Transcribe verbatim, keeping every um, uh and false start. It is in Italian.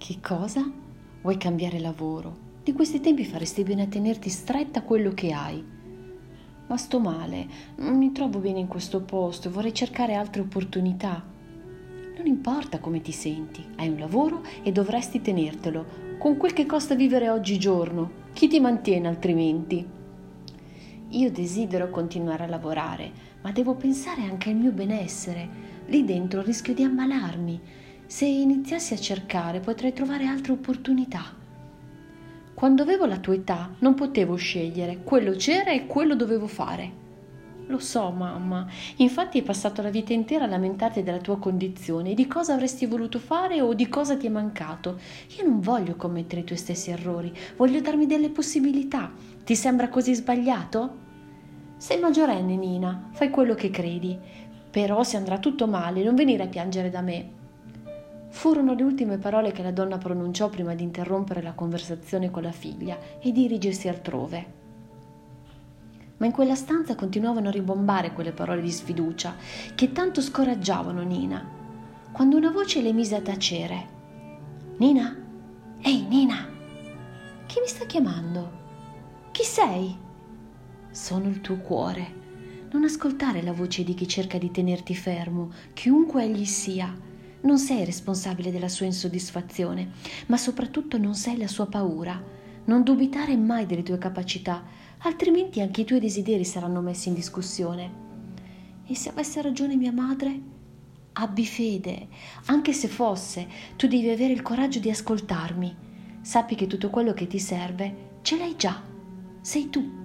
Che cosa? Vuoi cambiare lavoro? Di questi tempi faresti bene a tenerti stretta a quello che hai. Ma sto male, non mi trovo bene in questo posto e vorrei cercare altre opportunità. Non importa come ti senti, hai un lavoro e dovresti tenertelo, con quel che costa vivere oggigiorno. Chi ti mantiene altrimenti? Io desidero continuare a lavorare, ma devo pensare anche al mio benessere. Lì dentro rischio di ammalarmi. Se iniziassi a cercare potrei trovare altre opportunità. Quando avevo la tua età non potevo scegliere, quello c'era e quello dovevo fare. Lo so, mamma, infatti hai passato la vita intera a lamentarti della tua condizione, di cosa avresti voluto fare o di cosa ti è mancato. Io non voglio commettere i tuoi stessi errori, voglio darmi delle possibilità. Ti sembra così sbagliato? Sei maggiorenne, Nina, fai quello che credi. Però se andrà tutto male, non venire a piangere da me. Furono le ultime parole che la donna pronunciò prima di interrompere la conversazione con la figlia e dirigersi altrove. Ma in quella stanza continuavano a ribombare quelle parole di sfiducia che tanto scoraggiavano Nina, quando una voce le mise a tacere. Nina? Ehi, Nina! Chi mi sta chiamando? Chi sei? Sono il tuo cuore. Non ascoltare la voce di chi cerca di tenerti fermo, chiunque egli sia. Non sei responsabile della sua insoddisfazione, ma soprattutto non sei la sua paura. Non dubitare mai delle tue capacità, altrimenti anche i tuoi desideri saranno messi in discussione. E se avesse ragione mia madre? Abbi fede, anche se fosse, tu devi avere il coraggio di ascoltarmi. Sappi che tutto quello che ti serve ce l'hai già. Sei tu.